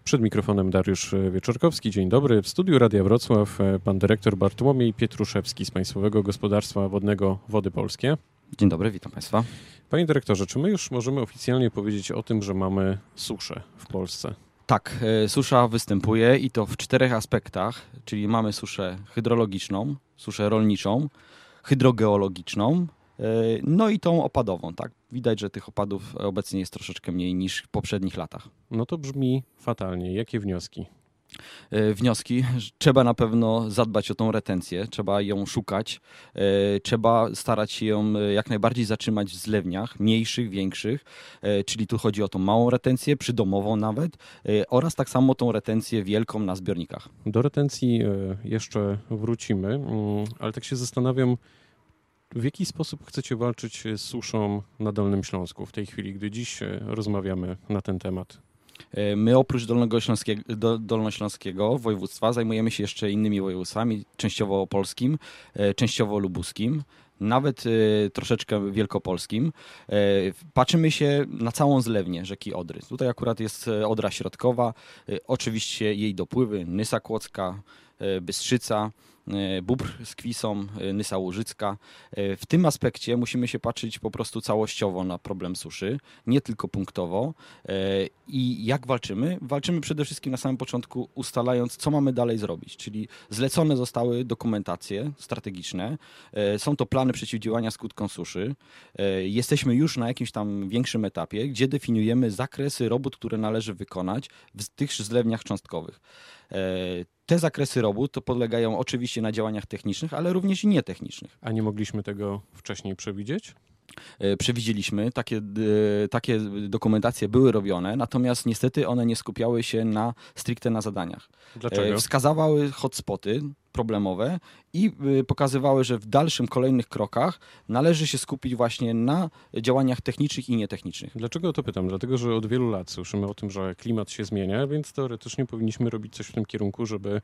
Przed mikrofonem Dariusz Wieczorkowski. Dzień dobry. W studiu Radia Wrocław pan dyrektor Bartłomiej Pietruszewski z Państwowego Gospodarstwa Wodnego Wody Polskie. Dzień dobry, witam Państwa. Panie dyrektorze, czy my już możemy oficjalnie powiedzieć o tym, że mamy suszę w Polsce? Tak, susza występuje i to w 4 aspektach, czyli mamy suszę hydrologiczną, suszę rolniczą, hydrogeologiczną, no i tą opadową. Tak? Widać, że tych opadów obecnie jest troszeczkę mniej niż w poprzednich latach. No to brzmi fatalnie. Jakie wnioski? Wnioski. Trzeba na pewno zadbać o tą retencję, trzeba ją szukać, trzeba starać się ją jak najbardziej zatrzymać w zlewniach, mniejszych, większych, czyli tu chodzi o tą małą retencję, przydomową nawet, oraz tak samo tą retencję wielką na zbiornikach. Do retencji jeszcze wrócimy, ale tak się zastanawiam, w jaki sposób chcecie walczyć z suszą na Dolnym Śląsku w tej chwili, gdy dziś rozmawiamy na ten temat? My oprócz dolnośląskiego województwa zajmujemy się jeszcze innymi województwami, częściowo opolskim, częściowo lubuskim, nawet troszeczkę wielkopolskim. Patrzymy się na całą zlewnię rzeki Odry. Tutaj akurat jest Odra Środkowa, oczywiście jej dopływy, Nysa Kłodzka, Bystrzyca, Bóbr z Kwisą, Nysa Łużycka. W tym aspekcie musimy się patrzeć po prostu całościowo na problem suszy, nie tylko punktowo. I jak walczymy? Walczymy przede wszystkim na samym początku ustalając, co mamy dalej zrobić, czyli zlecone zostały dokumentacje strategiczne, są to plany przeciwdziałania skutkom suszy. Jesteśmy już na jakimś tam większym etapie, gdzie definiujemy zakresy robót, które należy wykonać w tych zlewniach cząstkowych. Te zakresy robót to podlegają oczywiście na działaniach technicznych, ale również i nietechnicznych. A nie mogliśmy tego wcześniej przewidzieć? Przewidzieliśmy, takie dokumentacje były robione, natomiast niestety one nie skupiały się stricte na zadaniach. Dlaczego? Wskazywały hotspoty problemowe i pokazywały, że w dalszym, kolejnych krokach należy się skupić właśnie na działaniach technicznych i nietechnicznych. Dlaczego o to pytam? Dlatego, że od wielu lat słyszymy o tym, że klimat się zmienia, więc teoretycznie powinniśmy robić coś w tym kierunku, żeby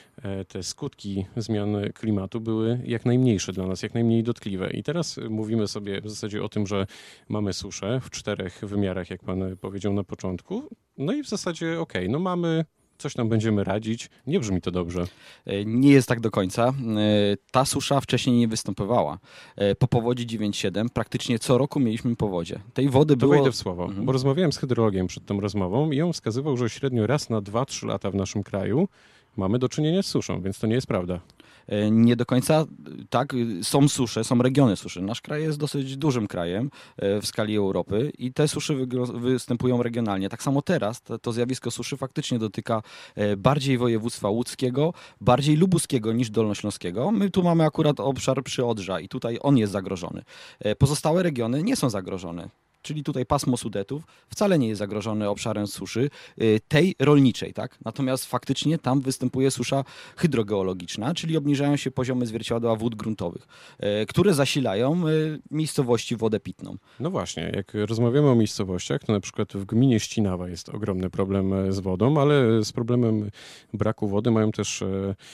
te skutki zmian klimatu były jak najmniejsze dla nas, jak najmniej dotkliwe. I teraz mówimy sobie w zasadzie o tym, że mamy suszę w 4 wymiarach, jak pan powiedział na początku. No i w zasadzie no mamy, coś tam będziemy radzić. Nie brzmi to dobrze. Nie jest tak do końca. Ta susza wcześniej nie występowała. Po powodzi 9.7 praktycznie co roku mieliśmy powodzie. Tej wody było... To wejdę w słowo, bo rozmawiałem z hydrologiem przed tą rozmową i on wskazywał, że średnio raz na 2-3 lata w naszym kraju mamy do czynienia z suszą, więc to nie jest prawda. Nie do końca, tak, są susze, są regiony suszy. Nasz kraj jest dosyć dużym krajem w skali Europy i te susze występują regionalnie. Tak samo teraz to zjawisko suszy faktycznie dotyka bardziej województwa łódzkiego, bardziej lubuskiego niż dolnośląskiego. My tu mamy akurat obszar Przyodrza i tutaj on jest zagrożony. Pozostałe regiony nie są zagrożone. Czyli tutaj pasmo Sudetów wcale nie jest zagrożone obszarem suszy, tej rolniczej, tak? Natomiast faktycznie tam występuje susza hydrogeologiczna, czyli obniżają się poziomy zwierciadła wód gruntowych, które zasilają miejscowości wodę pitną. No właśnie, jak rozmawiamy o miejscowościach, to na przykład w gminie Ścinawa jest ogromny problem z wodą, ale z problemem braku wody mają też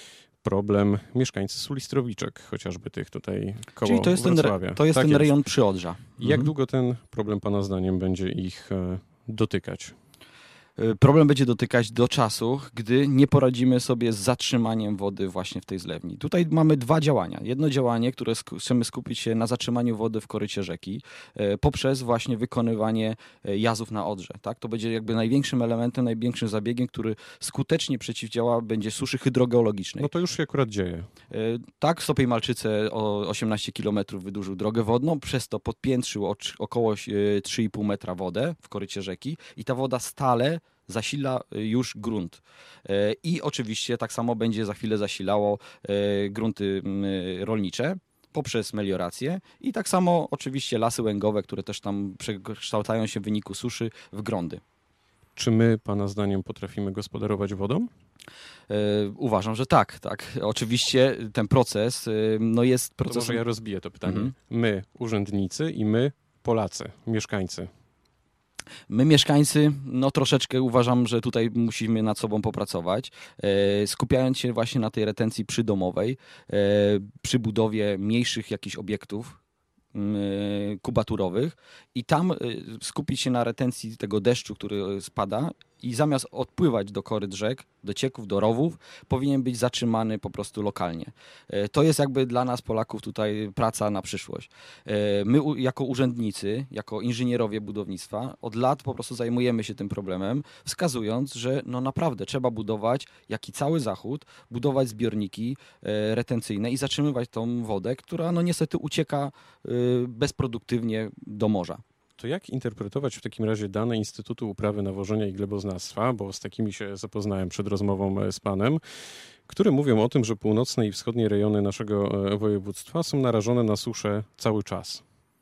problem mieszkańcy Sulistrowiczek, chociażby tych tutaj koło Czyli Wrocławia. To jest ten rejon Przyodrza. Jak długo ten problem pana zdaniem będzie ich dotykać? Problem będzie dotykać do czasu, gdy nie poradzimy sobie z zatrzymaniem wody właśnie w tej zlewni. Tutaj mamy 2 działania. Jedno działanie, które chcemy skupić się na zatrzymaniu wody w korycie rzeki poprzez właśnie wykonywanie jazów na Odrze. Tak? To będzie jakby największym elementem, największym zabiegiem, który skutecznie przeciwdziała będzie suszy hydrogeologicznej. No to już się akurat dzieje. Tak, stopień Malczyce o 18 km wydłużył drogę wodną, przez to podpiętrzył około 3,5 metra wodę w korycie rzeki i ta woda stale zasila już grunt. I oczywiście tak samo będzie za chwilę zasilało grunty rolnicze poprzez meliorację i tak samo oczywiście lasy łęgowe, które też tam przekształcają się w wyniku suszy w grądy. Czy my, pana zdaniem, potrafimy gospodarować wodą? Uważam, że tak. Oczywiście ten proces jest procesem... To może ja rozbiję to pytanie. My, urzędnicy i my, Polacy, mieszkańcy. My mieszkańcy, troszeczkę uważam, że tutaj musimy nad sobą popracować, skupiając się właśnie na tej retencji przydomowej, przy budowie mniejszych jakichś obiektów kubaturowych i tam skupić się na retencji tego deszczu, który spada i zamiast odpływać do koryt rzek, do cieków, do rowów, powinien być zatrzymany po prostu lokalnie. To jest jakby dla nas, Polaków, tutaj praca na przyszłość. My jako urzędnicy, jako inżynierowie budownictwa od lat po prostu zajmujemy się tym problemem, wskazując, że no naprawdę trzeba budować, jak i cały Zachód, budować zbiorniki retencyjne i zatrzymywać tą wodę, która no niestety ucieka bezproduktywnie do morza. To jak interpretować w takim razie dane Instytutu Uprawy Nawożenia i Gleboznawstwa, bo z takimi się zapoznałem przed rozmową z panem, które mówią o tym, że północne i wschodnie rejony naszego województwa są narażone na suszę cały czas.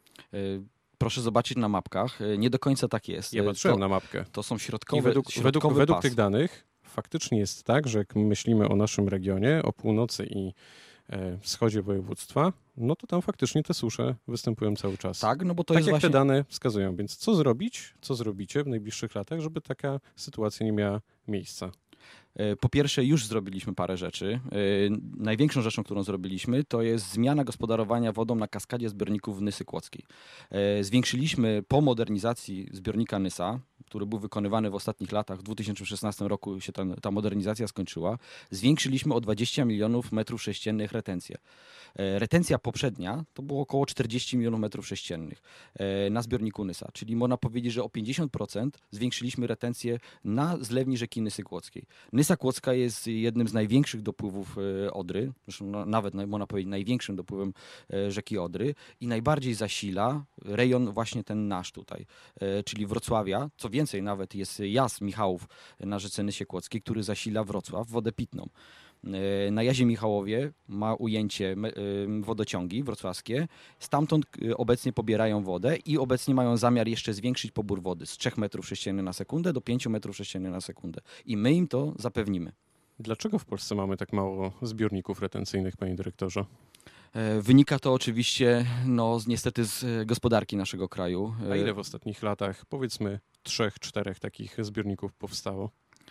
Proszę zobaczyć na mapkach. Nie do końca tak jest. Ja patrzyłem na mapkę. To są I środkowe według tych danych faktycznie jest tak, że jak myślimy o naszym regionie, o północy i wschodzie województwa, no to tam faktycznie te susze występują cały czas. Tak, no bo to tak jest jak właśnie... te dane wskazują. Więc co zrobić, co zrobicie w najbliższych latach, żeby taka sytuacja nie miała miejsca? Po pierwsze, już zrobiliśmy parę rzeczy. Największą rzeczą, którą zrobiliśmy, to jest zmiana gospodarowania wodą na kaskadzie zbiorników w Nysy Kłodzkiej. Zwiększyliśmy po modernizacji zbiornika Nysa, który był wykonywany w ostatnich latach, w 2016 roku się ta modernizacja skończyła, zwiększyliśmy o 20 milionów metrów sześciennych retencję. Retencja poprzednia to było około 40 milionów metrów sześciennych na zbiorniku Nysa, czyli można powiedzieć, że o 50% zwiększyliśmy retencję na zlewni rzeki Nysy Kłodzkiej. Nysa Kłodzka jest jednym z największych dopływów Odry, zresztą nawet można powiedzieć największym dopływem rzeki Odry i najbardziej zasila rejon właśnie ten nasz tutaj, czyli Wrocławia. Co więcej, nawet jest jaz Michałów na rzece Nysie Kłodzkiej, który zasila Wrocław wodę pitną. Na jazie Michałowie ma ujęcie wodociągi wrocławskie. Stamtąd obecnie pobierają wodę i obecnie mają zamiar jeszcze zwiększyć pobór wody z 3 metrów sześciennych na sekundę do 5 metrów sześciennych na sekundę. I my im to zapewnimy. Dlaczego w Polsce mamy tak mało zbiorników retencyjnych, panie dyrektorze? Wynika to oczywiście niestety z gospodarki naszego kraju. A ile w ostatnich latach, powiedzmy 3-4 takich zbiorników powstało?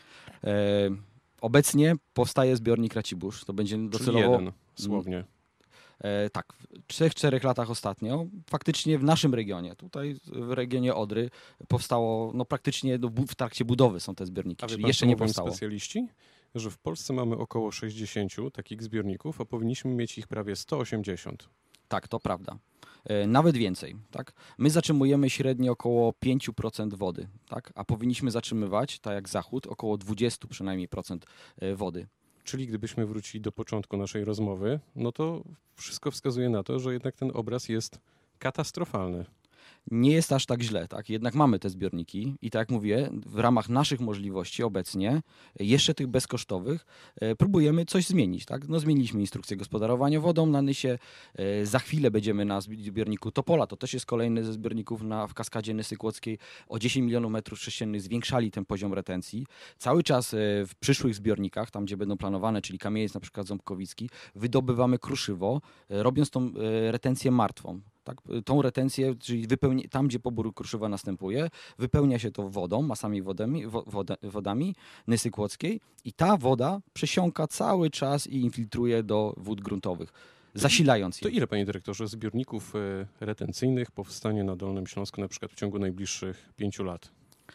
Obecnie powstaje zbiornik Racibórz. To będzie docelowo... Czyli jeden, słownie. Tak, w 3-4 latach ostatnio, faktycznie w naszym regionie, tutaj w regionie Odry powstało, praktycznie w trakcie budowy są te zbiorniki, czyli jeszcze nie powstało. Specjaliści, że w Polsce mamy około 60 takich zbiorników, a powinniśmy mieć ich prawie 180. Tak, to prawda. Nawet więcej. Tak? My zatrzymujemy średnio około 5% wody, tak? A powinniśmy zatrzymywać, tak jak Zachód, około 20 przynajmniej procent wody. Czyli gdybyśmy wrócili do początku naszej rozmowy, no to wszystko wskazuje na to, że jednak ten obraz jest katastrofalny. Nie jest aż tak źle, tak? Jednak mamy te zbiorniki i tak jak mówię, w ramach naszych możliwości obecnie, jeszcze tych bezkosztowych, próbujemy coś zmienić, tak? Zmieniliśmy instrukcję gospodarowania wodą na Nysie, za chwilę będziemy na zbiorniku Topola, to też jest kolejny ze zbiorników w kaskadzie Nysy Kłodzkiej, o 10 milionów metrów sześciennych zwiększali ten poziom retencji. Cały czas w przyszłych zbiornikach, tam gdzie będą planowane, czyli Kamieniec, na przykład Ząbkowicki, wydobywamy kruszywo, robiąc tą retencję martwą. Tak, tą retencję, czyli tam, gdzie pobór kruszywa następuje, wypełnia się to wodą, masami wodami Nysy Kłodzkiej i ta woda przesiąka cały czas i infiltruje do wód gruntowych, zasilając je. To ile, panie dyrektorze, zbiorników retencyjnych powstanie na Dolnym Śląsku na przykład w ciągu najbliższych 5 lat?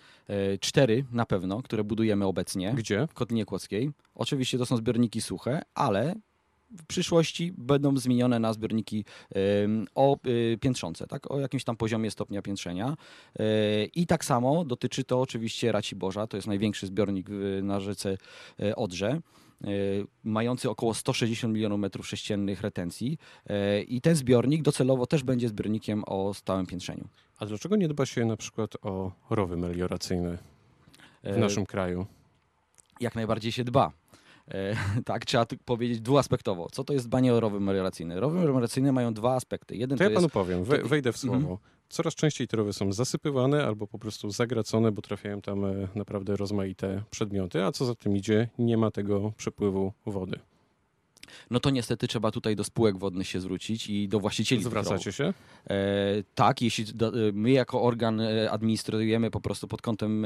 4 na pewno, które budujemy obecnie. Gdzie? W Kotlinie Kłodzkiej. Oczywiście to są zbiorniki suche, ale w przyszłości będą zmienione na zbiorniki piętrzące, tak? O jakimś tam poziomie stopnia piętrzenia. I tak samo dotyczy to oczywiście Raciborza, to jest największy zbiornik na rzece Odrze, mający około 160 milionów metrów sześciennych retencji. I ten zbiornik docelowo też będzie zbiornikiem o stałym piętrzeniu. A dlaczego nie dba się na przykład o rowy melioracyjne w naszym kraju? Jak najbardziej się dba. Tak, trzeba powiedzieć dwuaspektowo. Co to jest dbanie o rowy melioracyjne? Rowy melioracyjne mają 2 aspekty. Jeden to ja panu jest... powiem, wejdę w słowo. Coraz częściej te rowy są zasypywane albo po prostu zagracone, bo trafiają tam naprawdę rozmaite przedmioty, a co za tym idzie, nie ma tego przepływu wody. No to niestety trzeba tutaj do spółek wodnych się zwrócić i do właścicieli. Zwracacie się? Tak, jeśli my jako organ administrujemy po prostu pod kątem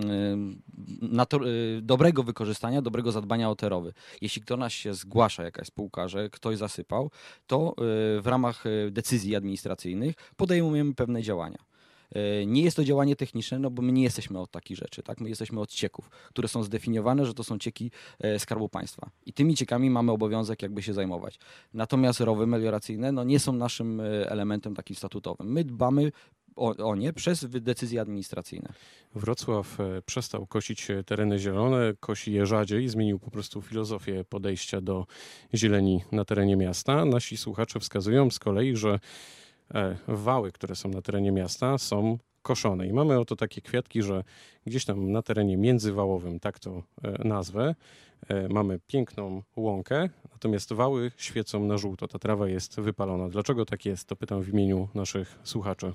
dobrego wykorzystania, dobrego zadbania o te rowy. Jeśli do nas się zgłasza jakaś spółka, że ktoś zasypał, to w ramach decyzji administracyjnych podejmujemy pewne działania. Nie jest to działanie techniczne, no bo my nie jesteśmy od takich rzeczy, tak? My jesteśmy od cieków, które są zdefiniowane, że to są cieki Skarbu Państwa. I tymi ciekami mamy obowiązek jakby się zajmować. Natomiast rowy melioracyjne no nie są naszym elementem takim statutowym. My dbamy o nie przez decyzje administracyjne. Wrocław przestał kosić tereny zielone, kosi je rzadziej, zmienił po prostu filozofię podejścia do zieleni na terenie miasta. Nasi słuchacze wskazują z kolei, że wały, które są na terenie miasta, są koszone. I mamy oto takie kwiatki, że gdzieś tam na terenie międzywałowym, tak to nazwę, mamy piękną łąkę, natomiast wały świecą na żółto. Ta trawa jest wypalona. Dlaczego tak jest? To pytam w imieniu naszych słuchaczy.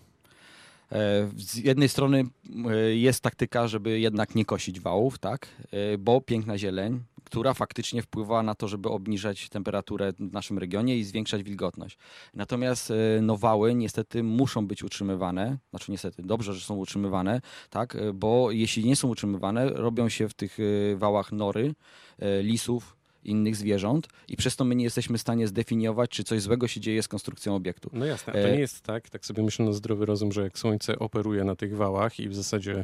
Z jednej strony jest taktyka, żeby jednak nie kosić wałów, tak? Bo piękna zieleń, która faktycznie wpływa na to, żeby obniżać temperaturę w naszym regionie i zwiększać wilgotność. Natomiast no, wały niestety muszą być utrzymywane, znaczy niestety dobrze, że są utrzymywane, tak? Bo jeśli nie są utrzymywane, robią się w tych wałach nory, lisów, innych zwierząt i przez to my nie jesteśmy w stanie zdefiniować, czy coś złego się dzieje z konstrukcją obiektu. No jasne, to nie jest tak sobie myślę na zdrowy rozum, że jak słońce operuje na tych wałach i w zasadzie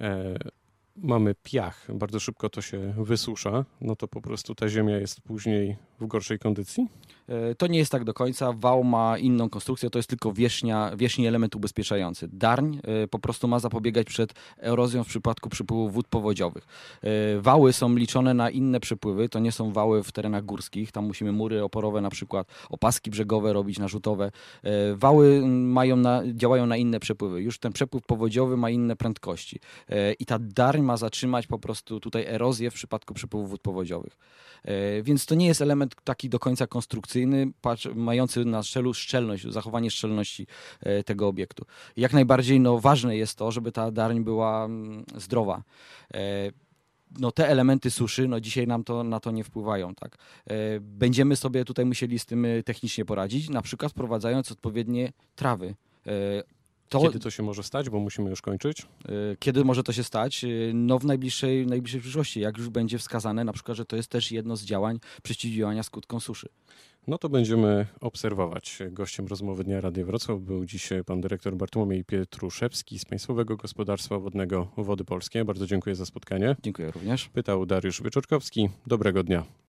mamy piach, bardzo szybko to się wysusza, no to po prostu ta ziemia jest później w gorszej kondycji? To nie jest tak do końca. Wał ma inną konstrukcję, to jest tylko wierzchni element ubezpieczający. Darń po prostu ma zapobiegać przed erozją w przypadku przepływów wód powodziowych. Wały są liczone na inne przepływy, to nie są wały w terenach górskich, tam musimy mury oporowe na przykład, opaski brzegowe robić narzutowe. Wały działają na inne przepływy. Już ten przepływ powodziowy ma inne prędkości i ta darń ma zatrzymać po prostu tutaj erozję w przypadku przepływów wód powodziowych. Więc to nie jest element taki do końca konstrukcyjny, mający na celu szczelność, zachowanie szczelności tego obiektu. Jak najbardziej ważne jest to, żeby ta darń była zdrowa. Te elementy suszy dzisiaj nam na to nie wpływają. Tak? Będziemy sobie tutaj musieli z tym technicznie poradzić, na przykład wprowadzając odpowiednie trawy. Kiedy to się może stać, bo musimy już kończyć? Kiedy może to się stać? W najbliższej przyszłości, jak już będzie wskazane, na przykład, że to jest też jedno z działań przeciwdziałania skutkom suszy. No to będziemy obserwować. Gościem rozmowy Dnia Radia Wrocław był dziś pan dyrektor Bartłomiej Pietruszewski z Państwowego Gospodarstwa Wodnego Wody Polskie. Bardzo dziękuję za spotkanie. Dziękuję również. Pytał Dariusz Wyczorkowski. Dobrego dnia.